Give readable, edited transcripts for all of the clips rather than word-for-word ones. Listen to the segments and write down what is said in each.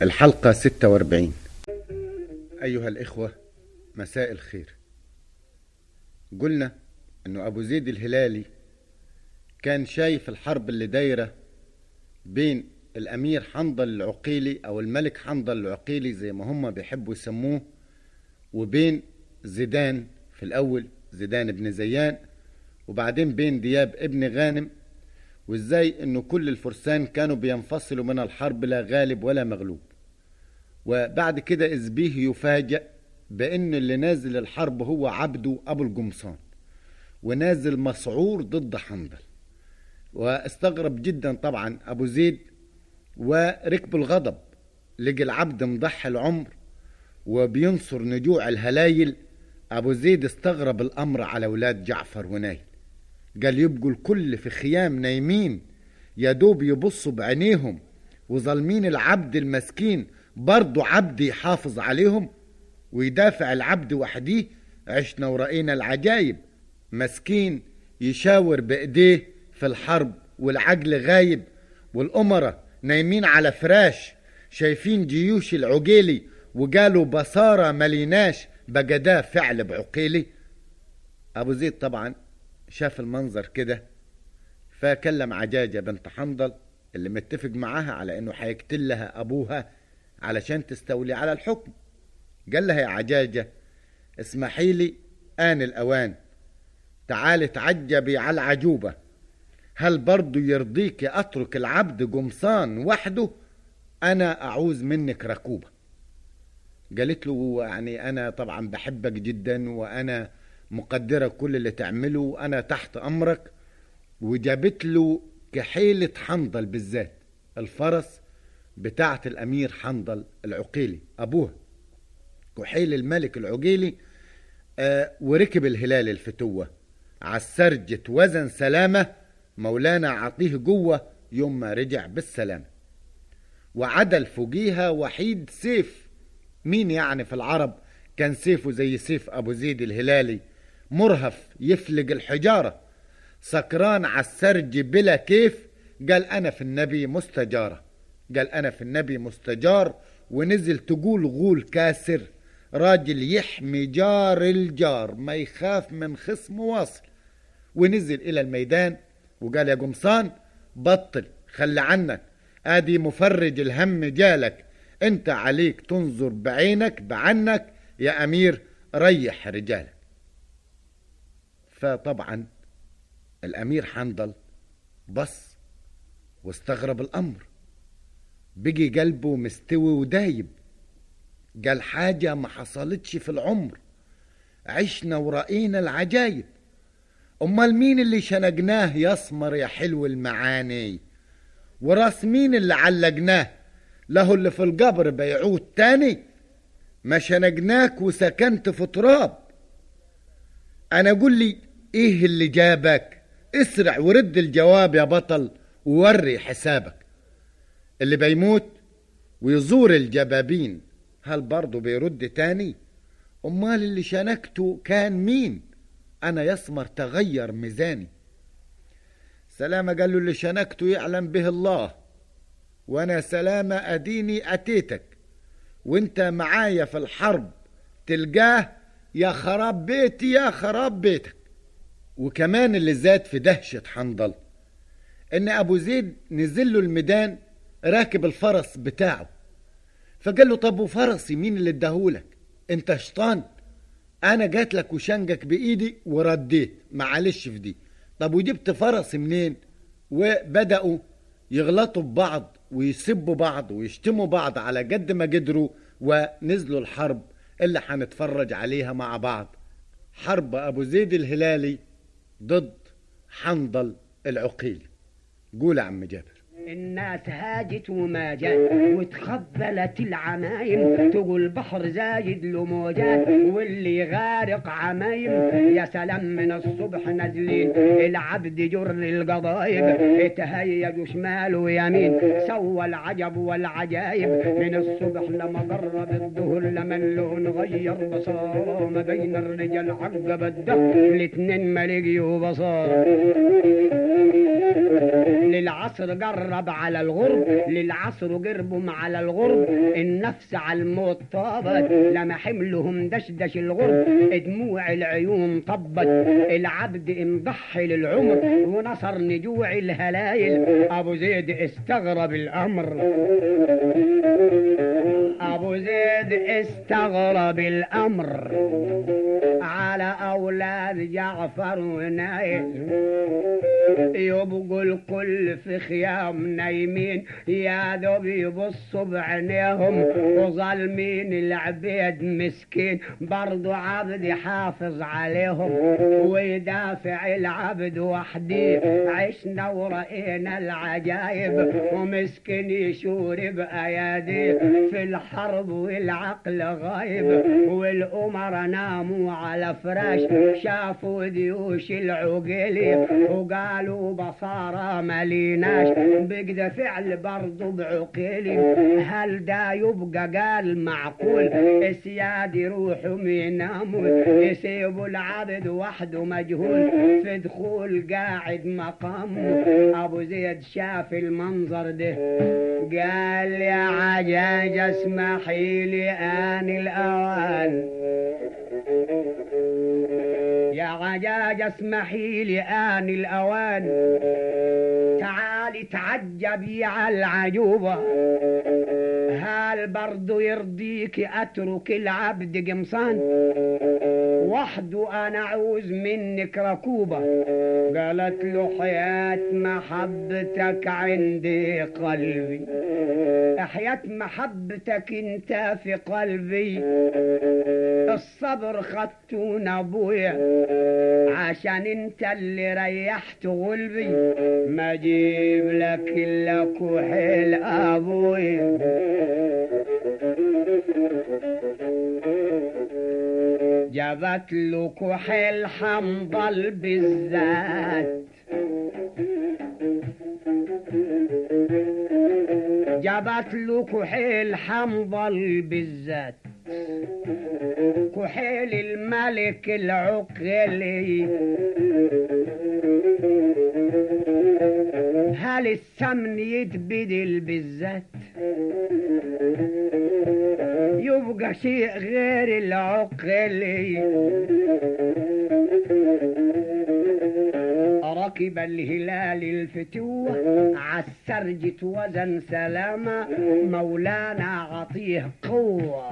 الحلقة 46. أيها الإخوة، مساء الخير. قلنا أنه أبو زيد الهلالي كان شايف الحرب اللي دايرة بين الأمير حنظل العقيلي أو الملك حنظل العقيلي زي ما هم بيحبوا يسموه، وبين زيدان في الأول، زيدان بن زيان، وبعدين بين دياب ابن غانم، وإزاي أنه كل الفرسان كانوا بينفصلوا من الحرب لا غالب ولا مغلوب. وبعد كده إذ به يفاجأ بأن اللي نازل الحرب هو عبده أبو القمصان، ونازل مسعور ضد حنظل. واستغرب جدا طبعا أبو زيد وركب الغضب، لقى العبد مضحي العمر وبينصر نجوع الهلايل. أبو زيد استغرب الأمر على أولاد جعفر ونايل، قال يبقوا الكل في خيام نايمين يا دوب يبصوا بعينيهم، وظالمين العبد المسكين برضو عبد يحافظ عليهم ويدافع العبد وحديه. عشنا ورأينا العجايب، مسكين يشاور بإيديه في الحرب والعقل غايب، والأمراء نايمين على فراش شايفين جيوش العقيلي وقالوا بصارة مليناش بقى ده فعل بعقيلي. أبو زيد طبعا شاف المنظر كده فكلم عجاجة بنت حنظل اللي متفق معاها على انه هيقتل لها ابوها علشان تستولي على الحكم. قال لها يا عجاجة اسمحي لي آن الأوان، تعالي تعجبي على العجوبة، هل برضو يرضيك أترك العبد قمصان وحده؟ أنا أعوز منك ركوبة. قالت له يعني أنا طبعا بحبك جدا وأنا مقدرة كل اللي تعمله وأنا تحت أمرك. وجابت له كحيلة حنظل بالذات، الفرس بتاعة الأمير حنظل العقيلي أبوها، كحيل الملك العقيلي. وركب الهلال الفتوة عالسرجة وزن سلامة، مولانا عطيه قوة يوم ما رجع بالسلامة. وعدل فوقيها وحيد سيف. مين يعني في العرب كان سيفه زي سيف أبو زيد الهلالي، مرهف يفلق الحجارة، سكران عالسرج بلا كيف. قال أنا في النبي مستجارة، قال أنا في النبي مستجار. ونزل تقول غول كاسر، راجل يحمي جار الجار ما يخاف من خصم واصل. ونزل إلى الميدان وقال يا قمصان بطل خلي عنك، ادي مفرج الهم جالك، انت عليك تنظر بعينك بعنك يا امير ريح رجالك. فطبعا الامير حنظل بص واستغرب الامر، بقي قلبه مستوي ودايب. قال حاجة ما حصلتش في العمر، عشنا ورأينا العجايب. امال مين اللي شنقناه يسمر يا حلو المعاني؟ وراس مين اللي علقناه؟ له اللي في القبر بيعود تاني؟ ما شنقناك وسكنت في تراب. انا قول لي ايه اللي جابك؟ اسرع ورد الجواب يا بطل ووري حسابك. اللي بيموت ويزور الجبابين هل برضو بيرد تاني؟ امال اللي شنكته كان مين؟ انا يسمر تغير ميزاني. سلامة قال له اللي شنكته يعلم به الله، وانا سلامة اديني اتيتك وانت معايا في الحرب تلقاه يا خراب بيتي يا خراب بيتك. وكمان اللي زاد في دهشة حنظل ان ابو زيد نزل له الميدان راكب الفرس بتاعه، فقال له طب وفرسي مين اللي اداهولك؟ انت شطان، انا جات لك وشنقك بايدي ورديت معلش في دي، طب وجبت فرسي منين؟ وبدأوا يغلطوا ببعض ويسبوا بعض ويشتموا بعض على قد ما قدروا، ونزلوا الحرب اللي هنتفرج عليها مع بعض، حرب ابو زيد الهلالي ضد حنظل العقيلي. قول يا عم جابر. الناس هاجت وما جات وتخبلت العمايم، تقول بحر زايد له موجات واللي غارق عمايم. يا سلام من الصبح نازلين العبد جر القضايب، تهيجوا شمال ويمين سوى العجب والعجايب. من الصبح لما قرب الظهر لما اللون غير بصار، ما بين الرجال عقب الدهر الاتنين ما لقيوا بصار. للعصر قرب على الغرب، للعصر قربهم على الغرب، النفس على الموت طابت، لما حملهم دشدش الغرب، دموع العيون طبت، العبد مضحي للعمر ونصر نجوع الهلايل. ابو زيد استغرب الامر، ابو زيد استغرب الامر على اولاد جعفر ونايل، يبقوا الكل في خيام نايمين، يا دوب يبصوا بعينيهم وظالمين العبيد مسكين، برضو عبد يحافظ عليهم ويدافع العبد وحدي، عشنا ورأينا العجايب ومسكين يشور بأياديه في الحرب والعقل غايب، والأمر ناموا على فراش شافوا ديوش العقيلي وقالوا بصارى مليناش، بقد فعل برضو بعقيلي، هل دا يبقى قال معقول السياد يروحوا يناموا يسيبوا العبد وحده مجهول في دخول قاعد مقامه. ابو زيد شاف المنظر ده قال يا عجاج اسمحي لي آن الأوان، يا عجاج اسمحي لي آن الأوان، تعالي تعجبي على العجوبة، هل برضو يرضيك أترك العبد قمصان وحده أنا عاوز منك ركوبة؟ قالت له حياة محبتك عندي قلبي، حياة محبتك انت في قلبي، الصبر خدتون ابويا عشان انت اللي ريحت قلبي، ما جيب لك الا كحل ابويا. جابت له كحل حنظل بالذات، جابت له كحيل حنظل بالذات، كحيل الملك العقيلي، هل السمن يتبدل بالذات؟ يبقى شيء غير العقيلي. ركب الهلال الفتوة عالسرج وزن سلامة، مولانا عطيه قوة،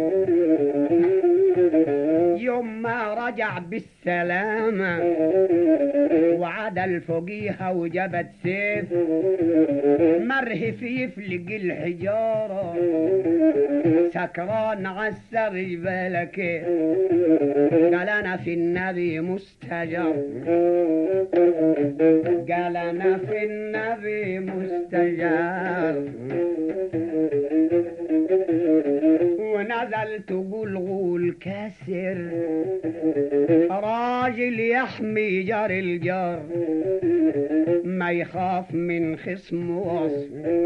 يوم ما رجع بالسلامة وعدل فوقيها وجبت سيف مرهف يفلق الحجارة، سكران عالسرج بالك قال انا في النبي مستجاب، قال انا في النبي مستجاب، ونزلت قلغول كسر راجل يحمي جار الجار، ما يخاف من خصم وصف،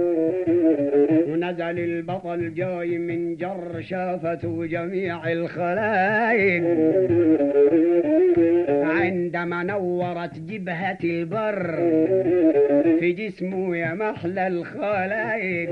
ونزل البطل جاي من جر شافته جميع الخلايق، عندما نورت جبهة البر في جسمه يا محلى الخلايق،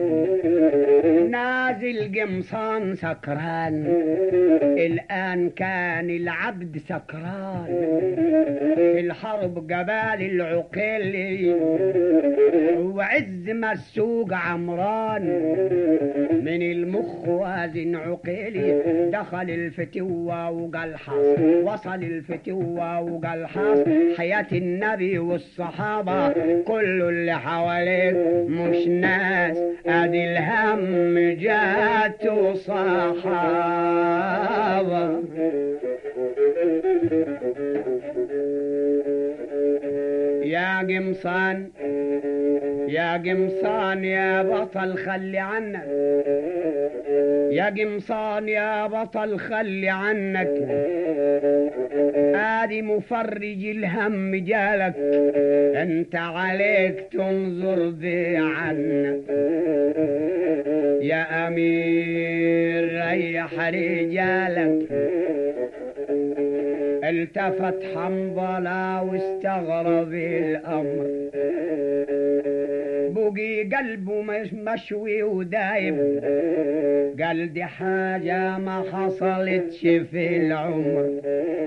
نازل قمصان سكران، الآن كان العبد سكران في الحرب قبال العقيلي، وعز ما السوق عمران من المخ وازن عقيلي، دخل الفتوة وقلحص، وصل الفتوة وقلحص، حياة النبي والصحابة كل اللي حواليك مش ناس، ادي الهم جات صحابة. يا قمصان يا قمصان يا بطل خلي عنك، يا قمصان يا بطل خلي عنك، ادي مفرج الهم جالك، انت عليك تنظر بي عنك، يا امير ريح رجالك. التفت حنظلة واستغرب الامر، شوقي قلبه مش مشوي ودايب، قال دي حاجة ما حصلتش في العمر،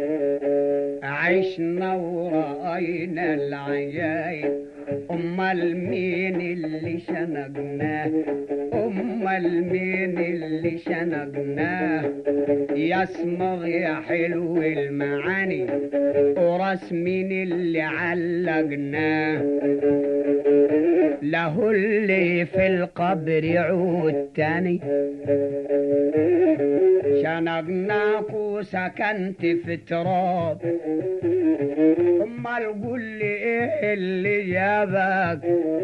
عشنا ورأينا العجايب. أمال مين اللي شنقناه؟ أمال مين اللي شنقناه؟ يا اسمر يا حلو المعاني، وراس مين اللي علقناه؟ له اللي في القبر يعود تاني، شنقناك وسكنت في تراب. امال قول لي ايه اللي جابك؟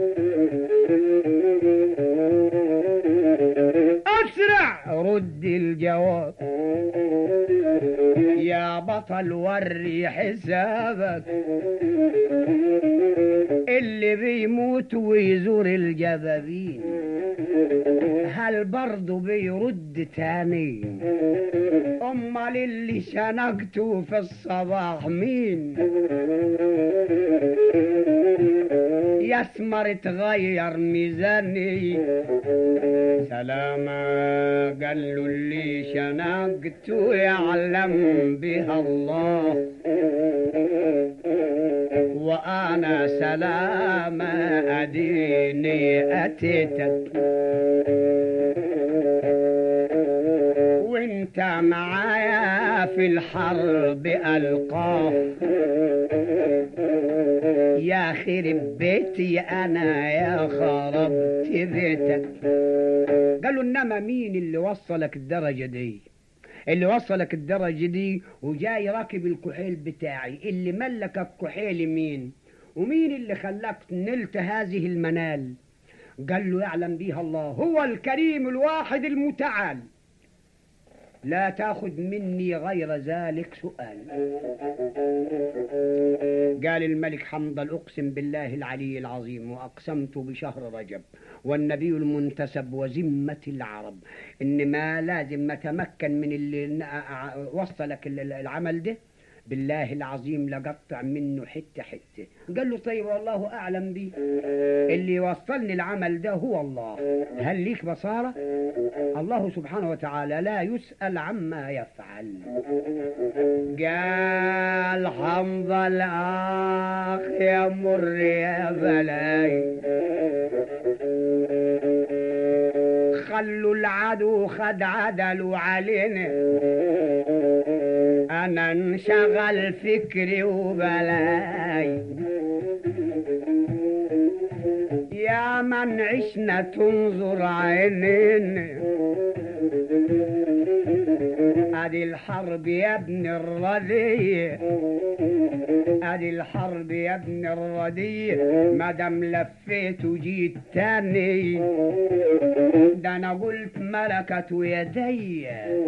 اسرع رد الجواب يا بطل وري حسابك. اللي بيموت ويزور الجبابين هل برضو بيرد تاني؟ امال اللي شنقته في الصباح مين؟ يسمر تغير ميزاني سلامة. قال له اللي شنقته يعلم بها الله، وانا سلامة اديني اتيتك، وانت معايا في الحرب القاه. يا خرب بيتي انا يا خربت بيتك. قالوا انما مين اللي وصلك الدرجة دي؟ اللي وصلك الدرجة دي وجاي راكب الكحيل بتاعي، اللي ملك الكحيل مين؟ ومين اللي خلاك نلت هذه المنال؟ قال له يعلم بيها الله، هو الكريم الواحد المتعال، لا تاخذ مني غير ذلك سؤال. قال الملك حنظل اقسم بالله العلي العظيم واقسمت بشهر رجب والنبي المنتسب وذمة العرب ان ما لازم نتمكن من اللي وصلك العمل ده بالله العظيم لقطع منه حتة حتة. قال له طيب والله أعلم بي، اللي وصلني العمل ده هو الله، هل ليك بصارة؟ الله سبحانه وتعالى لا يسأل عما يفعل. قال حنظل آخ يا مر يا بلاي، خلوا العدو خد عدلوا علينا، انا انشغل فكري وبلاي. يا من عشنا تنظر عينينا، ادي الحرب يا ابن الردية، ادي الحرب يا ابن الردية. مادام لفيت وجيت تاني، ده انا قلت ملكت يدي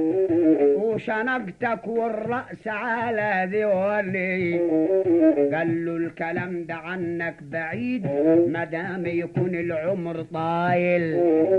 وشنقتك والرأس على ديواني. قال له الكلام ده عنك بعيد، مادام يكون العمر طايل،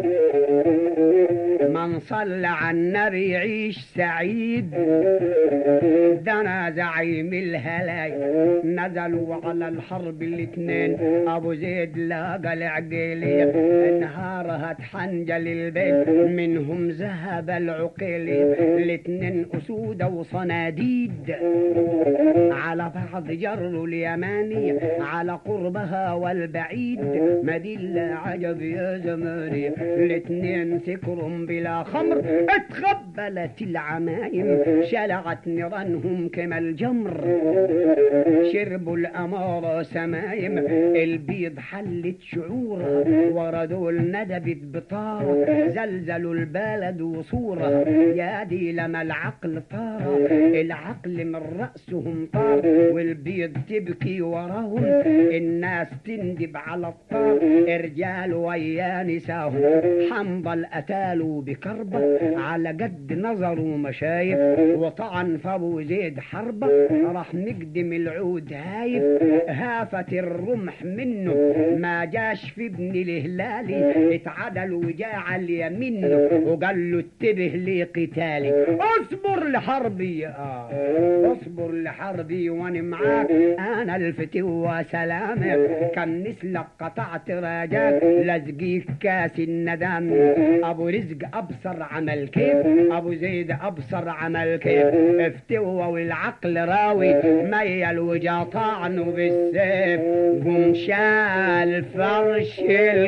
من صلى على النبي يعيش سعيد. ده انا زعيم الهلاي، نزلوا على الحرب الاثنين، ابو زيد لاقى العقيلي، انهارها تحنجل البيت، منهم ذهب العقيلي. الاثنين اسودة وصناديد على بعض جروا اليماني، على قربها والبعيد. ما دي الا عجب يا زماني، الاثنين سكرهم بلا خمر، اتخبلت العمايم، شلعت نيرانهم كما الجمر. شربوا الأمارة سمايم، البيض حلت شعورها، وردوا الندبت بطارة، زلزلوا البلد وصورها. يا دي لما العقل طار، العقل من رأسهم طار، والبيض تبكي وراهم، الناس تندب على الطار، رجال ويا نساهم. حنظل أتالوا بك كربة على قد نظره ما شايف، وطعن فابو زيد حربة راح نقدم العود هايف. هافت الرمح منه ما جاش في ابن الهلالي، اتعدل وجاع اليمينه وقال له اتبه لقتالي. اصبر لحربي اصبر لحربي وانا معاك، انا الفتوى سلامك كم نسلك قطعت راجاك لزقيك كاس الندم. ابو رزق ابصر عمل كيف، ابو زيد ابصر عمل كيف، افتوى والعقل راوي ميل وجا طعنه بالسيف. قم شال فرش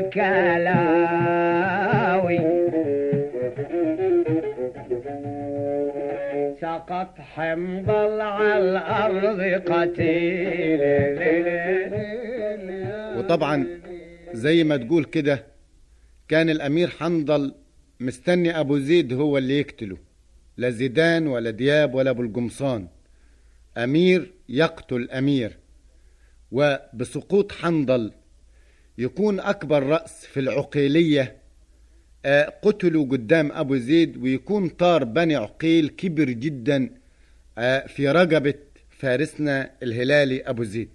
الكلاوي سقط حنظل على الأرض قتيل. وطبعا زي ما تقول كده كان الأمير حنظل مستني أبو زيد هو اللي يقتله، لا زيدان ولا دياب ولا أبو القمصان. أمير يقتل أمير، وبسقوط حنظل يكون أكبر رأس في العقيلية قتلوا قدام أبو زيد، ويكون طار بني عقيل كبر جدا في رقبة فارسنا الهلالي أبو زيد.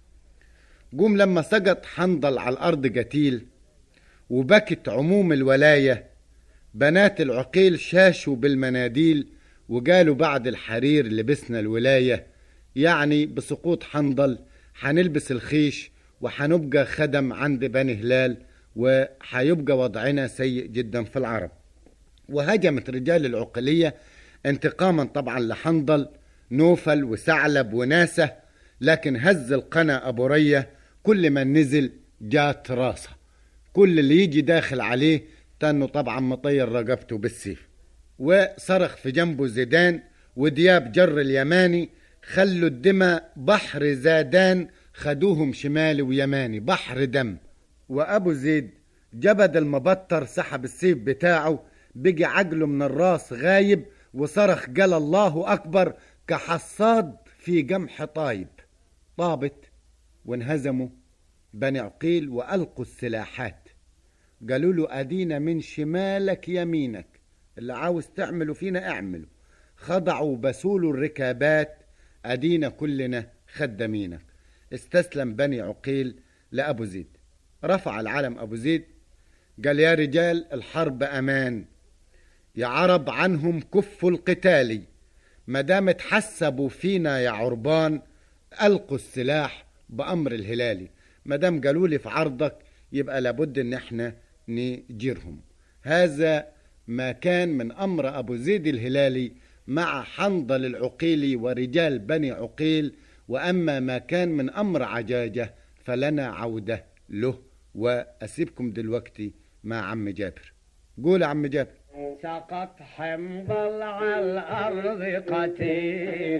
قوم لما سقط حنظل على الأرض قتيل وبكت عموم الولاية، بنات العقيل شاشوا بالمناديل وقالوا بعد الحرير لبسنا الولاية، يعني بسقوط حنظل حنلبس الخيش وحنبقى خدم عند بني هلال، وحيبقى وضعنا سيء جدا في العرب. وهجمت رجال العقلية انتقاما طبعا لحنظل، نوفل وثعلب وناسة، لكن هز القنا أبو رية كل من نزل جات راسه، كل اللي يجي داخل عليه تنه طبعا مطير رقبته بالسيف. وصرخ في جنبه زيدان ودياب جر اليماني، خلوا الدماء بحر زادان، خدوهم شمالي ويماني بحر دم. وأبو زيد جبد المبطر سحب السيف بتاعه، بقي عقله من الراس غايب، وصرخ قال الله أكبر كحصاد في جمح طايب. طابت وانهزموا بني عقيل وألقوا السلاحات، قالوا له أدينا من شمالك يمينك، اللي عاوز تعملوا فينا اعملوا. خضعوا بسولوا الركابات، أدينا كلنا خدمينك. استسلم بني عقيل لأبو زيد، رفع العلم أبو زيد قال يا رجال الحرب أمان، يا عرب عنهم كفوا القتال، مدام تحسبوا فينا يا عربان ألقوا السلاح بأمر الهلالي. مدام قالوا لي في عرضك يبقى لابد ان احنا نجيرهم. هذا ما كان من أمر أبو زيد الهلالي مع حنظل العقيلي ورجال بني عقيل. وأما ما كان من أمر عجاجة فلنا عودة له، وأسيبكم دلوقتي مع عم جابر. قول يا عم جابر. سقط حنظل على الأرض قتيل،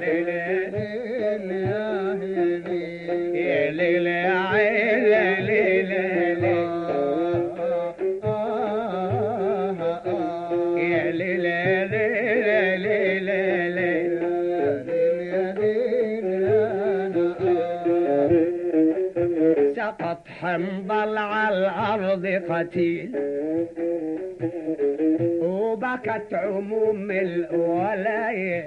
يا ليل يا عيل يا ليل يا ليل سقط حنظل على الأرض قتيل، وبكت عموم الولاية،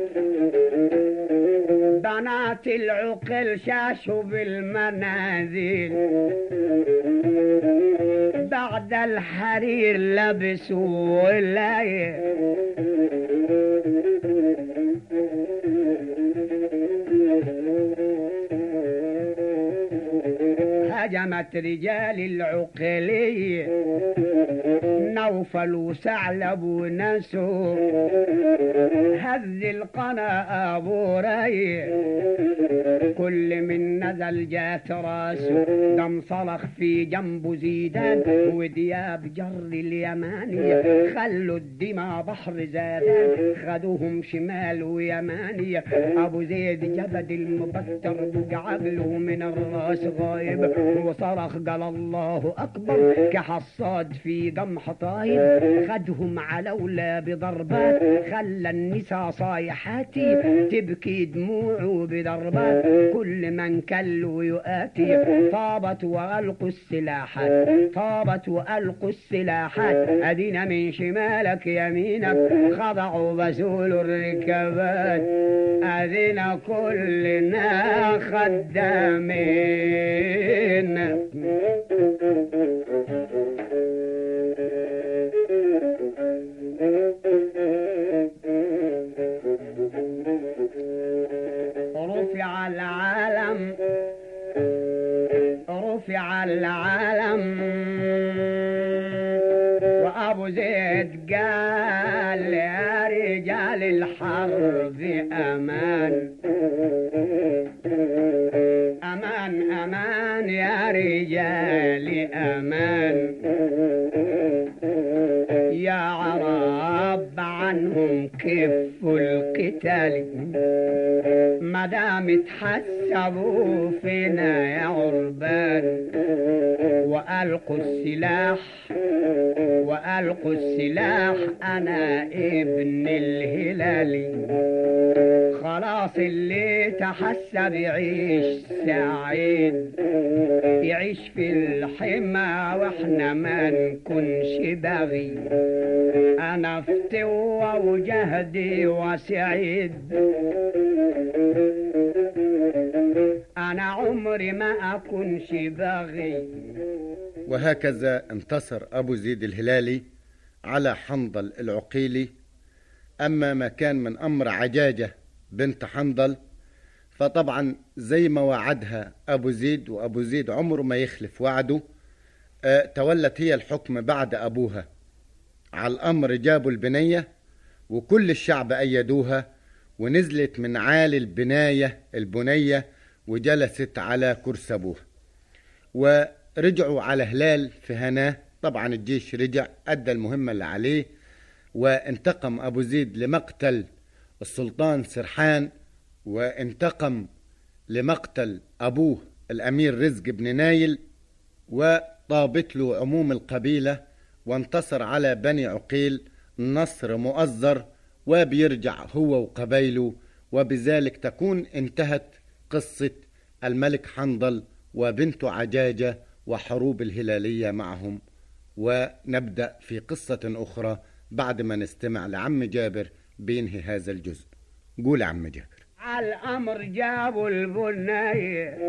بنات العقل شاشوا بالمنازل، بعد الحرير لبسوا ولاية، هجمت رجال العقلية نوفل وثعلب ونسو، هز القنا أبو ري كل من نزل جات راسه، دم صرخ في جنبه زيدان ودياب جر اليمانية، خلوا الدماء بحر زادان خدوهم شمال ويمانية. أبو زيد جبد المبتر بعقله من الراس غايب، وصرخ قال الله أكبر كحصاد في قمح طايب. المصايب خدهم على ولا بضربات خلى النساء صايحاتي تبكي دموعه بضربات كل من كلوا يؤاتي طابت وألقوا السلاحات طابت وألقوا السلاحات أدينا من شمالك يمينك خضعوا بسول الركبات أدينا كلنا خدامين رفع العالم رفع العالم وأبو زيد قال يا رجال الحرب أمان أمان أمان يا رجال أمان يا عرب عنهم كفوا القتال مدام تحسبوا فينا يا عربان وألقوا السلاح وألقوا السلاح أنا ابن الهلالي خلاص اللي تحسب يعيش سعيد يعيش في الحمى واحنا ما نكونش باغي أنا فتوى وجهدي وسعيد أنا عمري ما أكونش باغي. وهكذا انتصر أبو زيد الهلالي على حنظل العقيلي. أما ما كان من أمر عجاجة بنت حنظل فطبعا زي ما وعدها أبو زيد، وأبو زيد عمره ما يخلف وعده، تولت هي الحكم بعد أبوها. على الأمر جابوا البنية وكل الشعب أيدوها، ونزلت من عالي البنية وجلست على كرسي أبوها، ورجعوا على هلال في هناه. طبعا الجيش رجع أدى المهمة اللي عليه، وانتقم أبو زيد لمقتل السلطان سرحان، وانتقم لمقتل أبوه الأمير رزق بن نايل، وطابت له عموم القبيلة، وانتصر على بني عقيل نصر مؤزر، وبيرجع هو وقبيله. وبذلك تكون انتهت قصة الملك حنظل وبنته عجاجة وحروب الهلالية معهم. ونبدأ في قصة أخرى بعد ما نستمع لعم جابر بينهي هذا الجزء. قول عم جابر. على الأمر جابوا البناية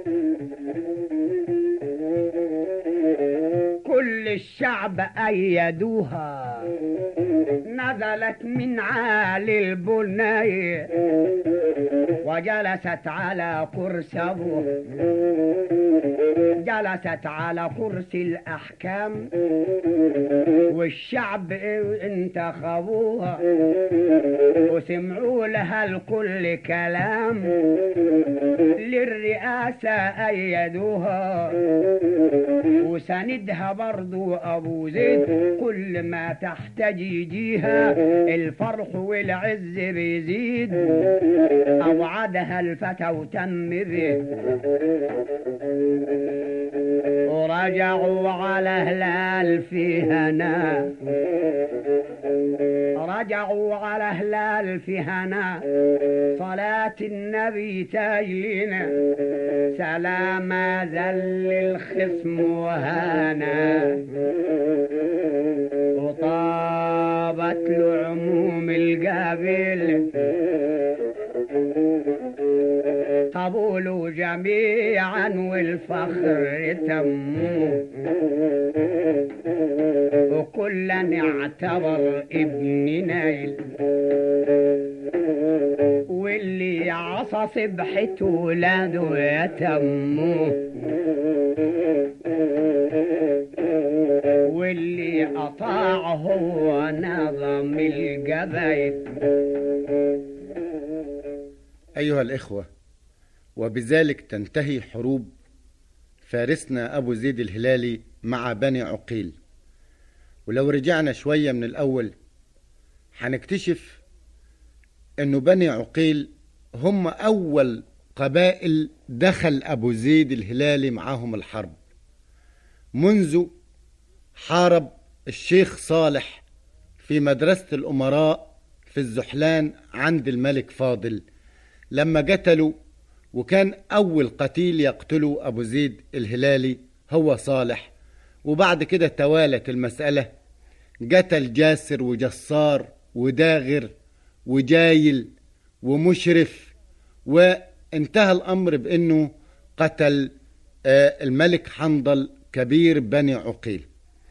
كل الشعب أيدوها، نزلت من عالي البناية وجلست على كرسي أبوها، جلست على كرسي الأحكام، والشعب انتخبوها وسمعوا لها الكل كلام، للرئاسة أيدوها وسندها برضو أبو زيد، كل ما تحتاج يجيها الفرح والعز بيزيد، أوعدها الفتى وتم به. ورجعوا على هلال في هنا، رجعوا على هلال في هنا، صلاة النبي تجلينا، سلام ذل الخصم وهانا، وطابت له عموم القابل، طبولوا جميعا والفخر تموا، وكلا اعتبر ابن نايل، واللي عصى صبحته ولاده يتموا، واللي أطاع هو نظم القبائل. أيها الإخوة، وبذلك تنتهي حروب فارسنا أبو زيد الهلالي مع بني عقيل. ولو رجعنا شوية من الأول هنكتشف أنه بني عقيل هم أول قبائل دخل أبو زيد الهلالي معهم الحرب، منذ حارب الشيخ صالح في مدرسة الأمراء في الزحلان عند الملك فاضل لما قتلوا، وكان أول قتيل يقتله أبو زيد الهلالي هو صالح. وبعد كده توالت المسألة، قتل جاسر وجسار وداغر وجايل ومشرف، وانتهى الأمر بأنه قتل الملك حنظل كبير بني عقيل.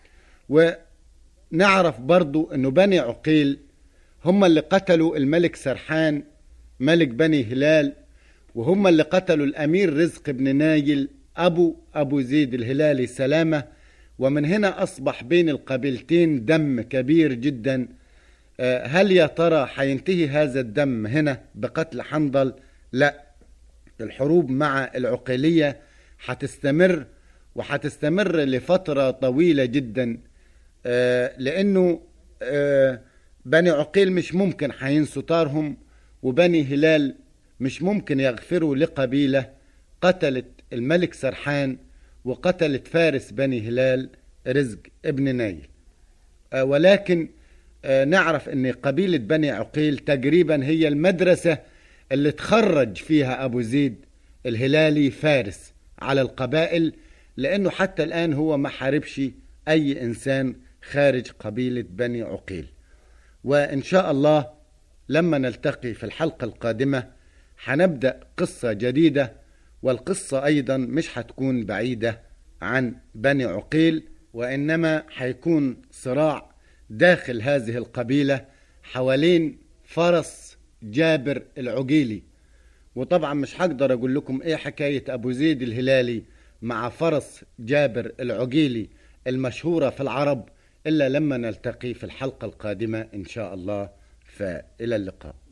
ونعرف برضو أنه بني عقيل هم اللي قتلوا الملك سرحان ملك بني هلال، وهم اللي قتلوا الأمير رزق بن نايل أبو زيد الهلالي سلامة. ومن هنا أصبح بين القبيلتين دم كبير جدا. هل يا ترى حينتهي هذا الدم هنا بقتل حنظل؟ لا، الحروب مع العقيلية حتستمر، وحتستمر لفترة طويلة جدا، لأنه بني عقيل مش ممكن حينسوا طارهم، وبني هلال مش ممكن يغفروا لقبيلة قتلت الملك سرحان وقتلت فارس بني هلال رزق ابن نايل. ولكن نعرف ان قبيلة بني عقيل تقريبا هي المدرسة اللي تخرج فيها أبو زيد الهلالي فارس على القبائل، لأنه حتى الآن هو ما حاربش أي إنسان خارج قبيلة بني عقيل. وإن شاء الله لما نلتقي في الحلقة القادمة حنبدأ قصة جديدة، والقصة أيضا مش هتكون بعيدة عن بني عقيل، وإنما حيكون صراع داخل هذه القبيلة حوالين فرس جابر العقيلي. وطبعا مش هقدر أقول لكم إيه حكاية أبو زيد الهلالي مع فرس جابر العقيلي المشهورة في العرب إلا لما نلتقي في الحلقة القادمة إن شاء الله. فإلى اللقاء.